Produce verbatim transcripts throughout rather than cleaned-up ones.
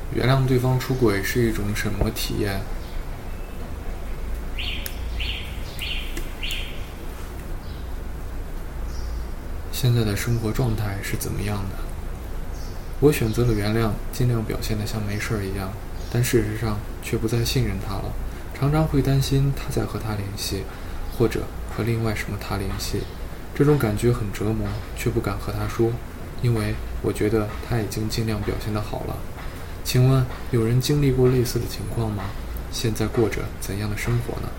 原谅对方出轨是一种什么体验？现在的生活状态是怎么样的？我选择了原谅，尽量表现得像没事一样，但事实上却不再信任他了，常常会担心他在和他联系，或者和另外什么他联系。这种感觉很折磨，却不敢和他说，因为我觉得他已经尽量表现得好了。请问有人经历过类似的情况吗？现在过着怎样的生活呢？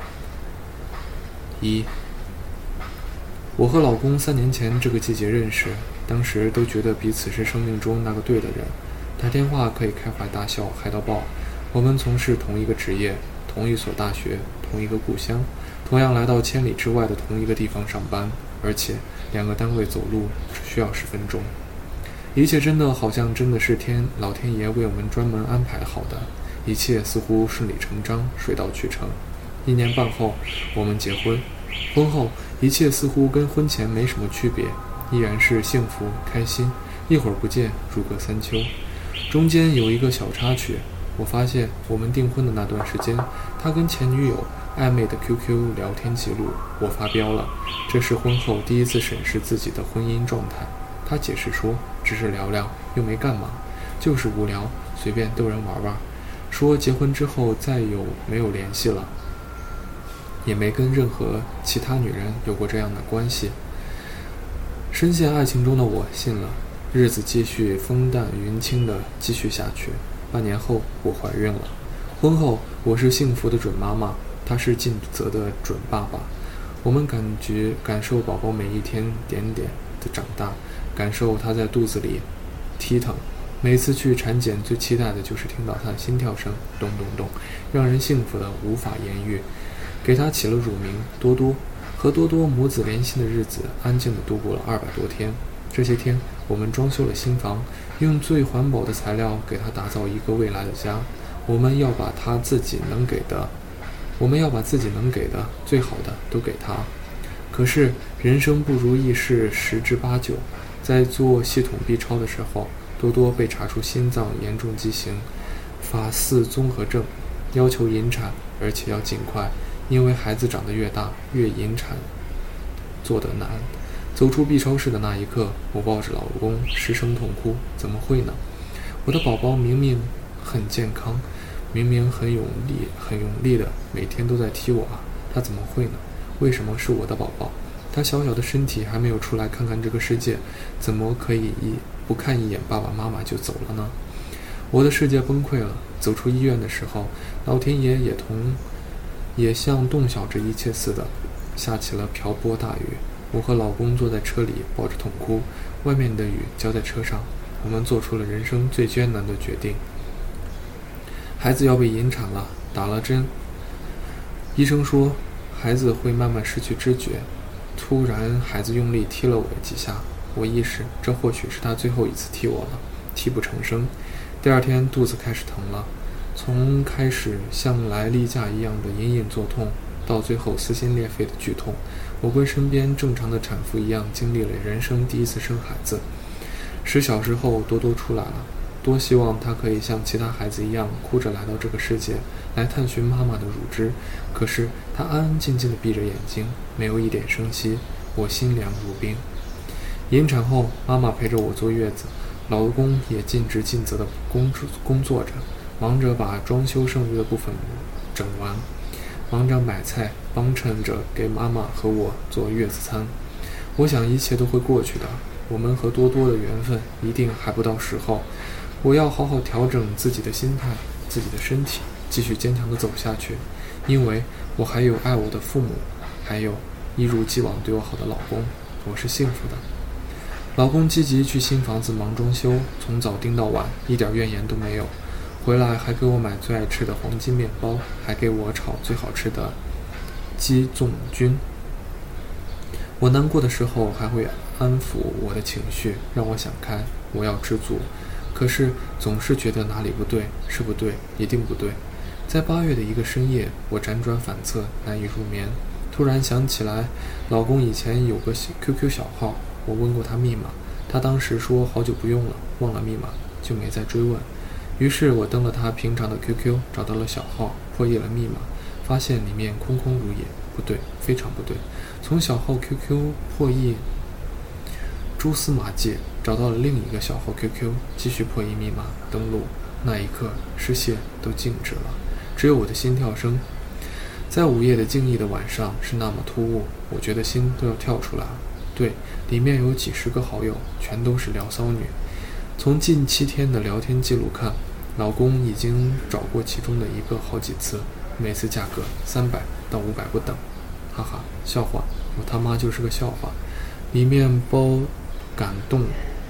一，我和老公三年前这个季节认识，当时都觉得彼此是生命中那个对的人，打电话可以开怀大笑，嗨到爆。我们从事同一个职业，同一所大学，同一个故乡，同样来到千里之外的同一个地方上班，而且两个单位走路只需要十分钟。一切真的好像真的是天老天爷为我们专门安排好的，一切似乎顺理成章，水到渠成。一年半后，我们结婚。婚后一切似乎跟婚前没什么区别，依然是幸福开心，一会儿不见如隔三秋。中间有一个小插曲，我发现我们订婚的那段时间，他跟前女友暧昧的 Q Q 聊天记录我发飙了，这是婚后第一次审视自己的婚姻状态。他解释说只是聊聊，又没干嘛，就是无聊，随便逗人玩玩，说结婚之后再有没有联系了，也没跟任何其他女人有过这样的关系。深陷爱情中的我信了，日子继续风淡云轻地继续下去。半年后我怀孕了，婚后我是幸福的准妈妈，他是尽责的准爸爸。我们感觉感受宝宝每一天点点的长大，感受他在肚子里踢腾。每次去产检最期待的就是听到他的心跳声，咚咚咚，让人幸福的无法言喻。给他起了乳名多多，和多多母子连心的日子安静地度过了二百多天。这些天我们装修了新房，用最环保的材料给他打造一个未来的家。我们要把他自己能给的我们要把自己能给的最好的都给他。可是人生不如意事十之八九，在做系统 B 超的时候，多多被查出心脏严重畸形，法四综合症，要求引产，而且要尽快，因为孩子长得越大，越引产做得难。走出 B 超室的那一刻，我抱着老公失声痛哭。怎么会呢？我的宝宝明明很健康，明明很有力很用力的每天都在踢我啊，他怎么会呢？为什么是我的宝宝？他小小的身体还没有出来看看这个世界，怎么可以一不看一眼爸爸妈妈就走了呢？我的世界崩溃了。走出医院的时候，老天爷也同也像洞晓这一切似的，下起了瓢泼大雨。我和老公坐在车里抱着痛哭，外面的雨浇在车上。我们做出了人生最艰难的决定，孩子要被引产了，打了针。医生说孩子会慢慢失去知觉。突然孩子用力踢了我几下，我意识这或许是他最后一次踢我了，泣不成声。第二天肚子开始疼了，从开始像来例假一样的隐隐作痛，到最后撕心裂肺的剧痛。我跟身边正常的产妇一样，经历了人生第一次生孩子。十小时后多多出来了，多希望他可以像其他孩子一样哭着来到这个世界，来探寻妈妈的乳汁。可是他安安静静地闭着眼睛，没有一点声息，我心凉如冰。引产后，妈妈陪着我坐月子，老公也尽职尽责地工工作着，忙着把装修剩余的部分整完，忙着买菜，帮衬着给妈妈和我做月子餐。我想一切都会过去的，我们和多多的缘分一定还不到时候。我要好好调整自己的心态，自己的身体，继续坚强地走下去，因为我还有爱我的父母，还有一如既往对我好的老公，我是幸福的。老公积极去新房子忙装修，从早盯到晚，一点怨言都没有。回来还给我买最爱吃的黄金面包，还给我炒最好吃的鸡枞菌。我难过的时候还会安抚我的情绪，让我想开，我要知足。可是总是觉得哪里不对，是不对，一定不对。在八月的一个深夜，我辗转反侧，难以入眠。突然想起来，老公以前有个 Q Q 小号，我问过他密码，他当时说好久不用了，忘了密码，就没再追问。 于是我登了他平常的 Q Q， 找到了小号，破译了密码，发现里面空空如也。不对，非常不对。从小号 Q Q 破译蛛丝马迹，找到了另一个小号 Q Q， 继续破译密码，登录。那一刻，视线都静止了，只有我的心跳声。在午夜的静谧的晚上，是那么突兀，我觉得心都要跳出来了。对，里面有几十个好友，全都是聊骚女。从近七天的聊天记录看，老公已经找过其中的一个好几次，每次价格三百到五百不等。哈哈，笑话，我他妈就是个笑话。里面包感动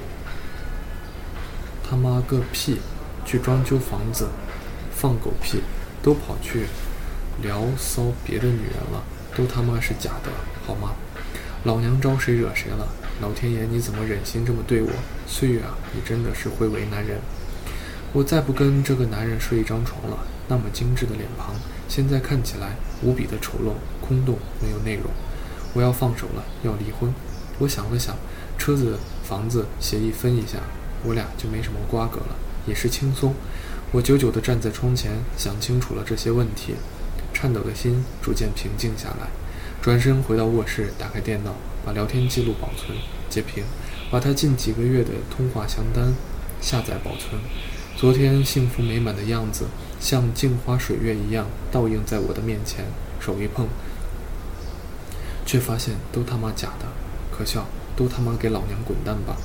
他妈个屁，去装修房子放狗屁，都跑去聊骚别的女人了，都他妈是假的，好吗？老娘招谁惹谁了？老天爷，你怎么忍心这么对我？岁月啊，你真的是会为难人。我再不跟这个男人睡一张床了，那么精致的脸庞，现在看起来无比的丑陋、空洞，没有内容。我要放手了，要离婚。我想了想，车子、房子协议分一下，我俩就没什么瓜葛了，也是轻松。我久久地站在窗前，想清楚了这些问题，颤抖的心逐渐平静下来。转身回到卧室，打开电脑，把聊天记录保存、截屏，把他近几个月的通话详单下载保存。昨天幸福美满的样子，像镜花水月一样倒映在我的面前，手一碰，却发现都他妈假的，可笑，都他妈给老娘滚蛋吧！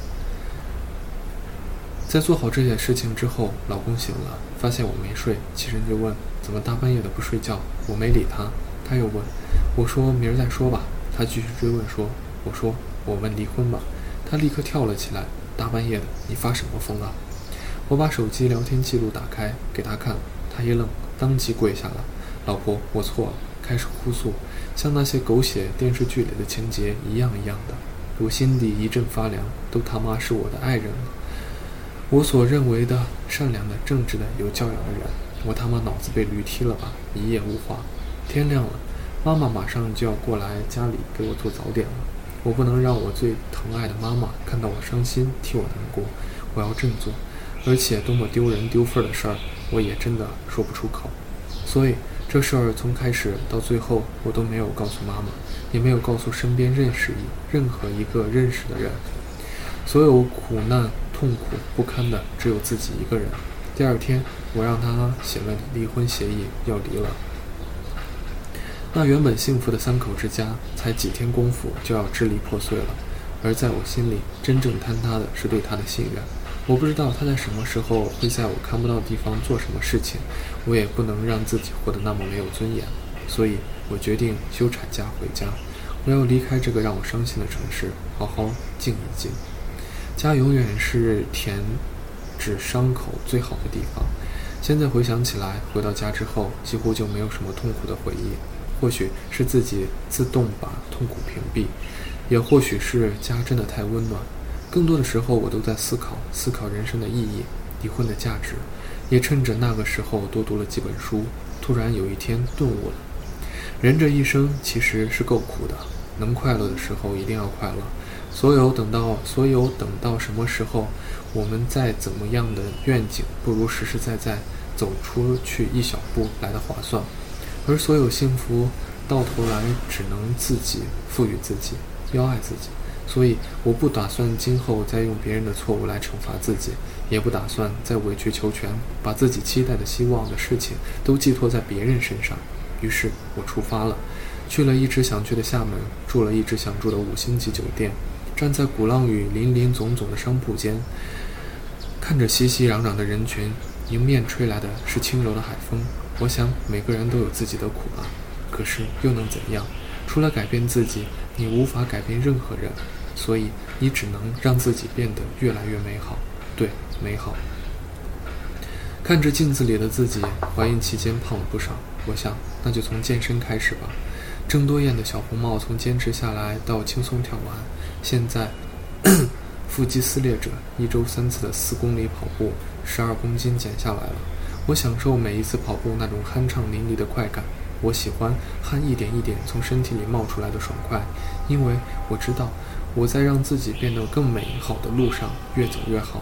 在做好这些事情之后，老公醒了，发现我没睡，起身就问怎么大半夜的不睡觉。我没理他，他又问，我说明儿再说吧。他继续追问说，我说我们离婚吧。他立刻跳了起来，大半夜的你发什么疯啊？我把手机聊天记录打开给他看，他一愣，当即跪下了。老婆，我错了，开始哭诉，像那些狗血电视剧里的情节一样一样的。我心底一阵发凉，都他妈是我的爱人了，我所认为的善良的、正直的、有教养的人，我他妈脑子被驴踢了吧！一夜无话。天亮了，妈妈马上就要过来家里给我做早点了。我不能让我最疼爱的妈妈看到我伤心，替我难过。我要振作，而且多么丢人丢份的事儿，我也真的说不出口。所以这事儿从开始到最后，我都没有告诉妈妈，也没有告诉身边认识任何一个认识的人。所有苦难痛苦不堪的只有自己一个人。第二天，我让他写了离婚协议，要离了。那原本幸福的三口之家，才几天功夫就要支离破碎了。而在我心里，真正坍塌的是对他的信任。我不知道他在什么时候会在我看不到的地方做什么事情，我也不能让自己活得那么没有尊严。所以我决定休产假回家，我要离开这个让我伤心的城市，好好静一静。家永远是填止伤口最好的地方。现在回想起来，回到家之后几乎就没有什么痛苦的回忆，或许是自己自动把痛苦屏蔽，也或许是家真的太温暖。更多的时候我都在思考思考人生的意义，离婚的价值，也趁着那个时候多读了几本书。突然有一天顿悟了，人这一生其实是够苦的，能快乐的时候一定要快乐，所有等到所有等到什么时候，我们再怎么样的愿景，不如实实在在走出去一小步来的划算。而所有幸福到头来只能自己赋予自己，要爱自己。所以我不打算今后再用别人的错误来惩罚自己，也不打算再委曲求全，把自己期待的希望的事情都寄托在别人身上。于是我出发了，去了一直想去的厦门，住了一直想住的五星级酒店，站在鼓浪屿林林总总的商铺间，看着熙熙攘攘的人群，迎面吹来的是轻柔的海风。我想每个人都有自己的苦啊，可是又能怎样？除了改变自己，你无法改变任何人，所以你只能让自己变得越来越美好。对，美好。看着镜子里的自己，怀孕期间胖了不少，我想那就从健身开始吧。郑多燕的小红帽从坚持下来到轻松跳完，现在腹肌撕裂者，一周三次的四公里跑步，十二公斤减下来了。我享受每一次跑步那种酣畅淋漓的快感，我喜欢汗一点一点从身体里冒出来的爽快，因为我知道我在让自己变得更美好的路上越走越好。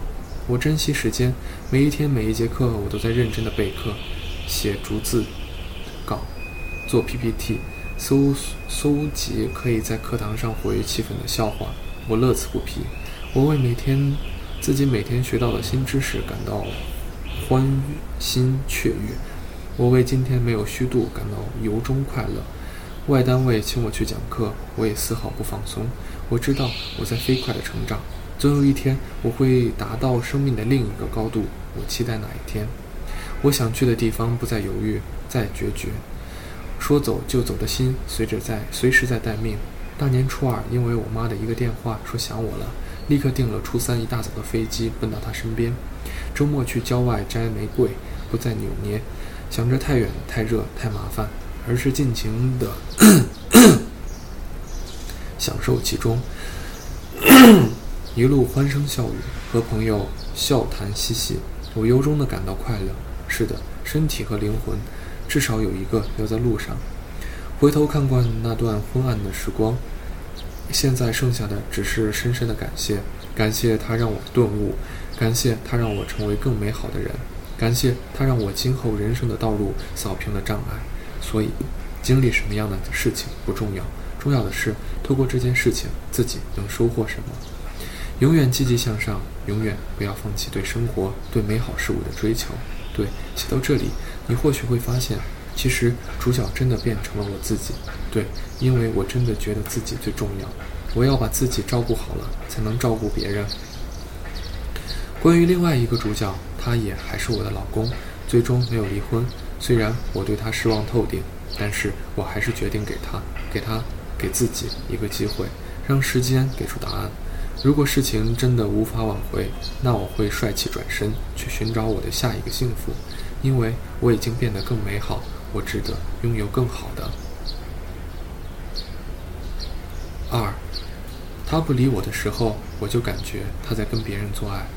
我珍惜时间，每一天每一节课我都在认真的备课，写逐字稿，做 P P T， 搜搜集可以在课堂上活跃气氛的笑话，我乐此不疲。我为每天自己每天学到的新知识感到欢欣雀跃，我为今天没有虚度感到由衷快乐。外单位请我去讲课，我也丝毫不放松。我知道我在飞快的成长，总有一天我会达到生命的另一个高度。我期待那一天。我想去的地方不再犹豫，再决绝。说走就走的心随着在随时在待命。大年初二，因为我妈的一个电话说想我了，立刻订了初三一大早的飞机奔到她身边。周末去郊外摘玫瑰，不再扭捏，想着太远太热太麻烦，而是尽情的享受其中。一路欢声笑语，和朋友笑谈嬉戏，我由衷的感到快乐。是的，身体和灵魂至少有一个要在路上。回头看惯那段昏暗的时光，现在剩下的只是深深的感谢。感谢它让我顿悟，感谢它让我成为更美好的人，感谢它让我今后人生的道路扫平了障碍。所以经历什么样的事情不重要，重要的是透过这件事情自己能收获什么。永远积极向上，永远不要放弃对生活对美好事物的追求。对，写到这里你或许会发现，其实主角真的变成了我自己。对，因为我真的觉得自己最重要，我要把自己照顾好了，才能照顾别人。关于另外一个主角，他也还是我的老公，最终没有离婚。虽然我对他失望透顶，但是我还是决定给他给他给自己一个机会，让时间给出答案。如果事情真的无法挽回，那我会帅气转身去寻找我的下一个幸福，因为我已经变得更美好，我值得拥有更好的。二，他不理我的时候，我就感觉他在跟别人做爱。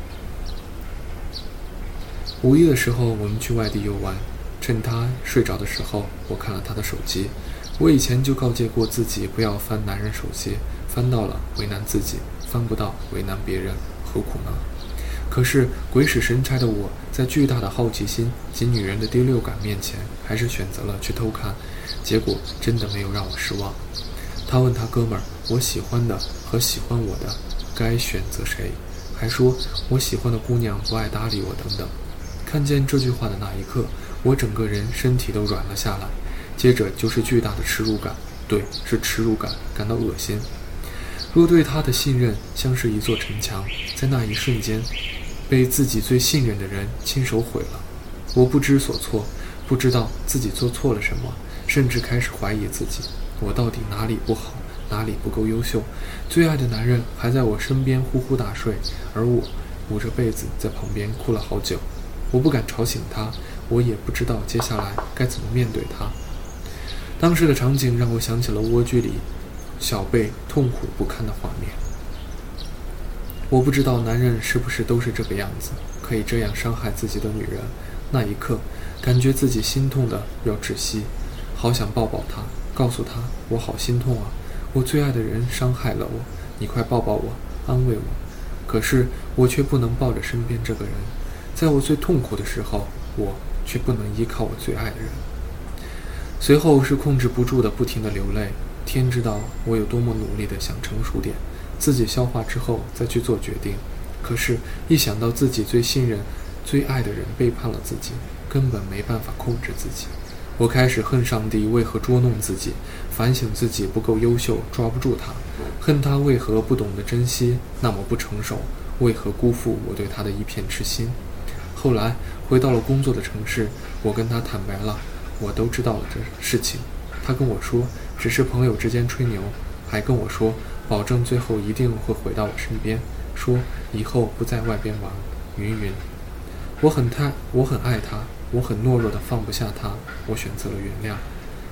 五一的时候，我们去外地游玩，趁他睡着的时候，我看了他的手机。我以前就告诫过自己不要翻男人手机，翻到了为难自己，翻不到为难别人，何苦呢？可是鬼使神差的我，在巨大的好奇心及女人的第六感面前，还是选择了去偷看，结果真的没有让我失望。他问他哥们儿，我喜欢的和喜欢我的该选择谁，还说我喜欢的姑娘不爱搭理我等等。看见这句话的那一刻，我整个人身体都软了下来，接着就是巨大的耻辱感，对，是耻辱感，感到恶心。若对他的信任像是一座城墙，在那一瞬间被自己最信任的人亲手毁了。我不知所措，不知道自己做错了什么，甚至开始怀疑自己，我到底哪里不好，哪里不够优秀。最爱的男人还在我身边呼呼大睡，而我捂着被子在旁边哭了好久。我不敢吵醒他，我也不知道接下来该怎么面对他。当时的场景让我想起了蜗居里小贝痛苦不堪的画面。我不知道男人是不是都是这个样子，可以这样伤害自己的女人。那一刻感觉自己心痛的要窒息，好想抱抱他，告诉他我好心痛啊，我最爱的人伤害了我，你快抱抱我，安慰我。可是我却不能抱着身边这个人，在我最痛苦的时候，我却不能依靠我最爱的人。随后是控制不住的不停的流泪，天知道我有多么努力的想成熟点，自己消化之后再去做决定。可是一想到自己最信任最爱的人背叛了自己，根本没办法控制自己。我开始恨上帝为何捉弄自己，反省自己不够优秀，抓不住他，恨他为何不懂得珍惜，那么不成熟，为何辜负我对他的一片痴心。后来回到了工作的城市，我跟他坦白了我都知道了这事情。他跟我说只是朋友之间吹牛，还跟我说保证最后一定会回到我身边，说以后不在外边玩云云。我很太我很爱他，我很懦弱的放不下他，我选择了原谅。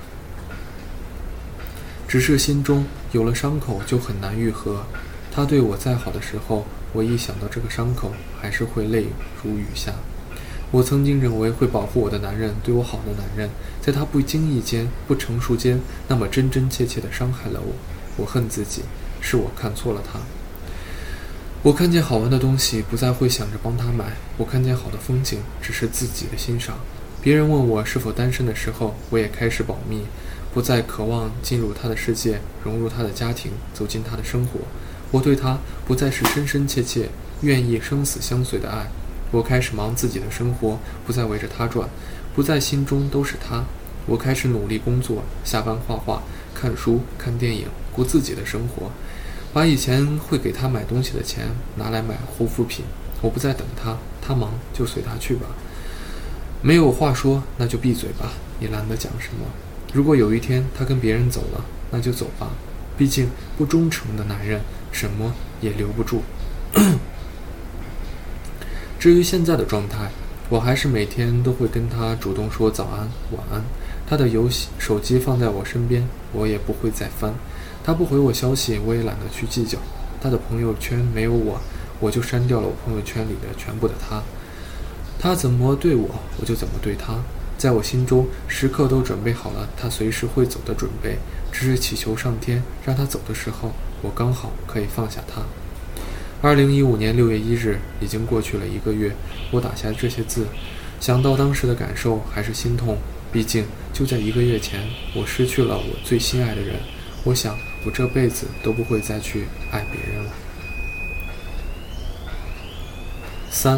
只是心中有了伤口就很难愈合，他对我再好的时候，我一想到这个伤口还是会泪如雨下。我曾经认为会保护我的男人，对我好的男人，在他不经意间不成熟间那么真真切切地伤害了我。我恨自己，是我看错了他。 我看见好玩的东西，不再会想着帮他买；我看见好的风景，只是自己的欣赏。别人问我是否单身的时候，我也开始保密，不再渴望进入他的世界，融入他的家庭，走进他的生活。我对他不再是深深切切、愿意生死相随的爱。我开始忙自己的生活，不再围着他转，不再心中都是他。我开始努力工作，下班画画、看书、看电影，过自己的生活。把以前会给他买东西的钱拿来买护肤品，我不再等他，他忙就随他去吧。没有话说，那就闭嘴吧，也懒得讲什么。如果有一天他跟别人走了，那就走吧，毕竟不忠诚的男人什么也留不住。至于现在的状态，我还是每天都会跟他主动说早安晚安，他的游戏手机放在我身边，我也不会再翻。他不回我消息，我也懒得去计较。他的朋友圈没有我，我就删掉了我朋友圈里的全部的他。他怎么对我，我就怎么对他。在我心中，时刻都准备好了他随时会走的准备，只是祈求上天让他走的时候，我刚好可以放下他。二零一五年六月一日，已经过去了一个月。我打下这些字，想到当时的感受，还是心痛。毕竟就在一个月前，我失去了我最心爱的人。我想，我这辈子都不会再去爱别人了。三，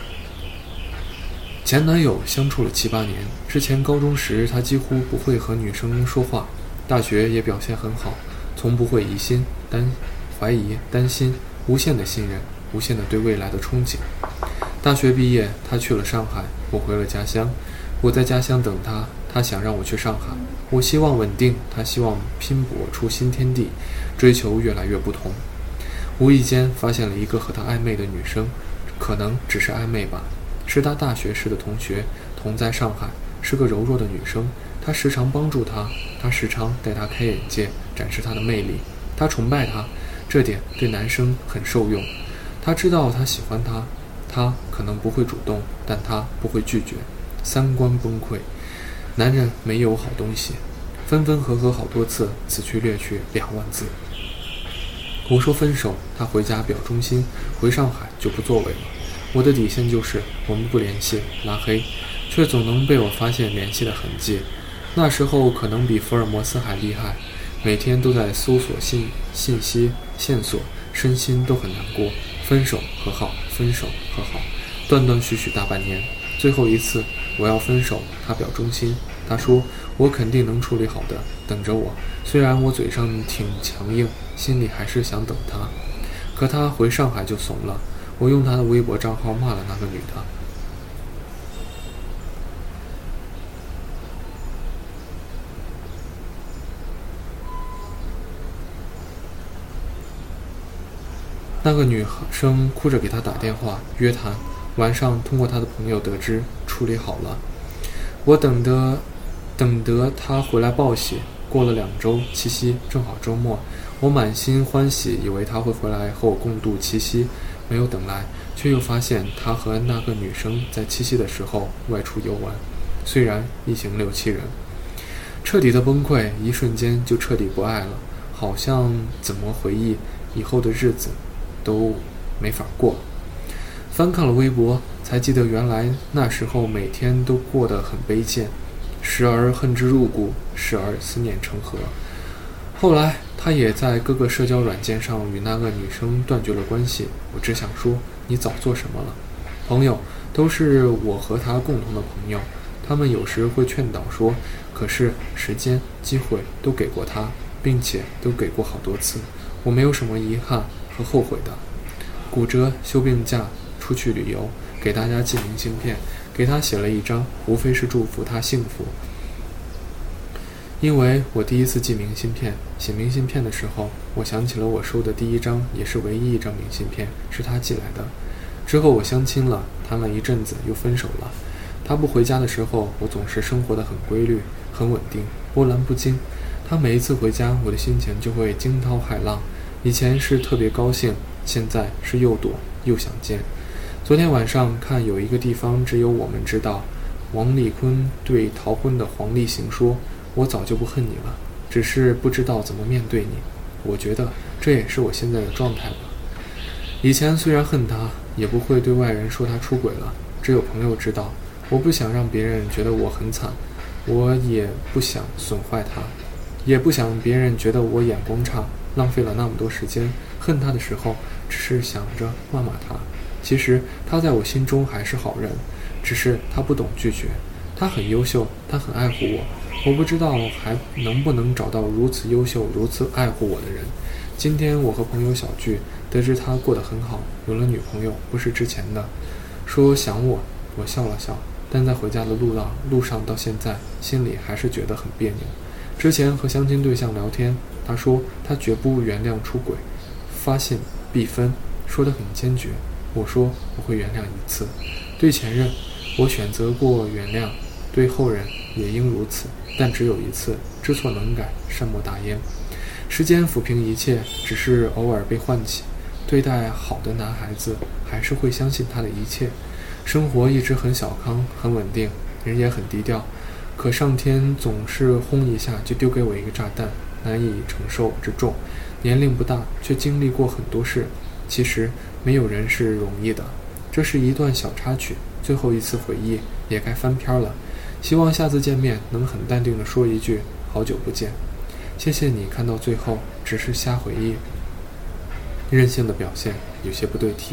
前男友相处了七八年，之前高中时他几乎不会和女生说话，大学也表现很好，从不会疑心、担怀疑、担心，无限的信任，无限的对未来的憧憬。大学毕业，他去了上海，我回了家乡。我在家乡等他，他想让我去上海。我希望稳定，他希望拼搏出新天地，追求越来越不同。无意间发现了一个和他暧昧的女生，可能只是暧昧吧，是他大学时的同学，同在上海，是个柔弱的女生。他时常帮助他，他时常带他开眼界，展示他的魅力。他崇拜他，这点对男生很受用。他知道他喜欢他，他可能不会主动，但他不会拒绝。三观崩溃，男人没有好东西，分分合合好多次，此去略去两万字。我说分手，他回家表忠心，回上海就不作为了。我的底线就是我们不联系，拉黑，却总能被我发现联系的痕迹。那时候可能比福尔摩斯还厉害，每天都在搜索信信息线索，身心都很难过。分手和好，分手和好，断断续续大半年。最后一次我要分手，他表忠心，他说我肯定能处理好的，等着我。虽然我嘴上挺强硬，心里还是想等他。可他回上海就怂了，我用他的微博账号骂了那个女的。那个女生哭着给他打电话约谈，晚上通过他的朋友得知处理好了。我等得等得他回来报喜。过了两周，七夕正好周末，我满心欢喜，以为他会回来和我共度七夕。没有等来，却又发现他和那个女生在七夕的时候外出游玩，虽然一行六七人。彻底的崩溃，一瞬间就彻底不爱了，好像怎么回忆以后的日子都没法过。翻看了微博，才记得原来那时候每天都过得很卑贱，时而恨之入骨，时而思念成河。后来他也在各个社交软件上与那个女生断绝了关系。我只想说，你早做什么了？朋友都是我和他共同的朋友，他们有时会劝导说，可是时间机会都给过他，并且都给过好多次，我没有什么遗憾和后悔的。骨折休病假，出去旅游，给大家寄明信片，给他写了一张，无非是祝福他幸福。因为我第一次寄明信片，写明信片的时候，我想起了我收的第一张，也是唯一一张明信片，是他寄来的。之后我相亲了，谈了一阵子，又分手了。他不回家的时候，我总是生活得很规律，很稳定，波澜不惊。他每一次回家，我的心情就会惊涛骇浪。以前是特别高兴，现在是又躲又想见。昨天晚上看有一个地方只有我们知道，王丽坤对逃婚的黄立行说，我早就不恨你了，只是不知道怎么面对你。我觉得这也是我现在的状态吧。 以前虽然恨他，也不会对外人说他出轨了，只有朋友知道。我不想让别人觉得我很惨，我也不想损坏他，也不想别人觉得我眼光差，浪费了那么多时间。恨他的时候，只是想着骂骂他。其实他在我心中还是好人，只是他不懂拒绝。他很优秀，他很爱护我，我不知道还能不能找到如此优秀、如此爱护我的人。今天我和朋友小聚，得知他过得很好，有了女朋友，不是之前的。说想我，我笑了笑，但在回家的路上，路上到现在，心里还是觉得很别扭。之前和相亲对象聊天，他说他绝不原谅出轨，发现必分，说得很坚决。我说我会原谅一次，对前任，我选择过原谅，对后人也应如此，但只有一次，知错能改，善莫大焉。时间抚平一切，只是偶尔被唤起。对待好的男孩子，还是会相信他的一切。生活一直很小康，很稳定，人也很低调。可上天总是轰一下就丢给我一个炸弹，难以承受之重。年龄不大，却经历过很多事。其实没有人是容易的。这是一段小插曲，最后一次回忆也该翻篇了。希望下次见面能很淡定地说一句好久不见。谢谢你看到最后，只是瞎回忆。任性的表现有些不对题。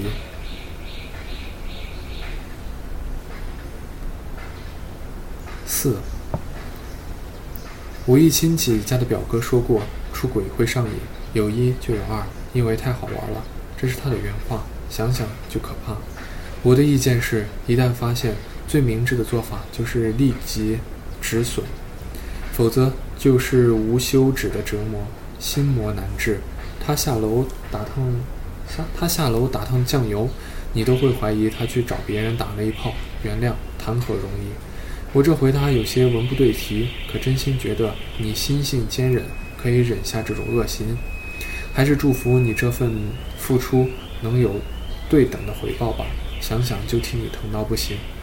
四，我一亲戚家的表哥说过，出轨会上瘾，有一就有二，因为太好玩了，这是他的原话，想想就可怕。我的意见是，一旦发现，最明智的做法就是立即止损，否则就是无休止的折磨，心魔难治。他下楼打烫，他下楼打烫酱油，你都会怀疑他去找别人打了一炮，原谅谈何容易？我这回答有些文不对题，可真心觉得你心性坚忍，可以忍下这种恶心。还是祝福你这份付出能有对等的回报吧，想想就替你疼到不行。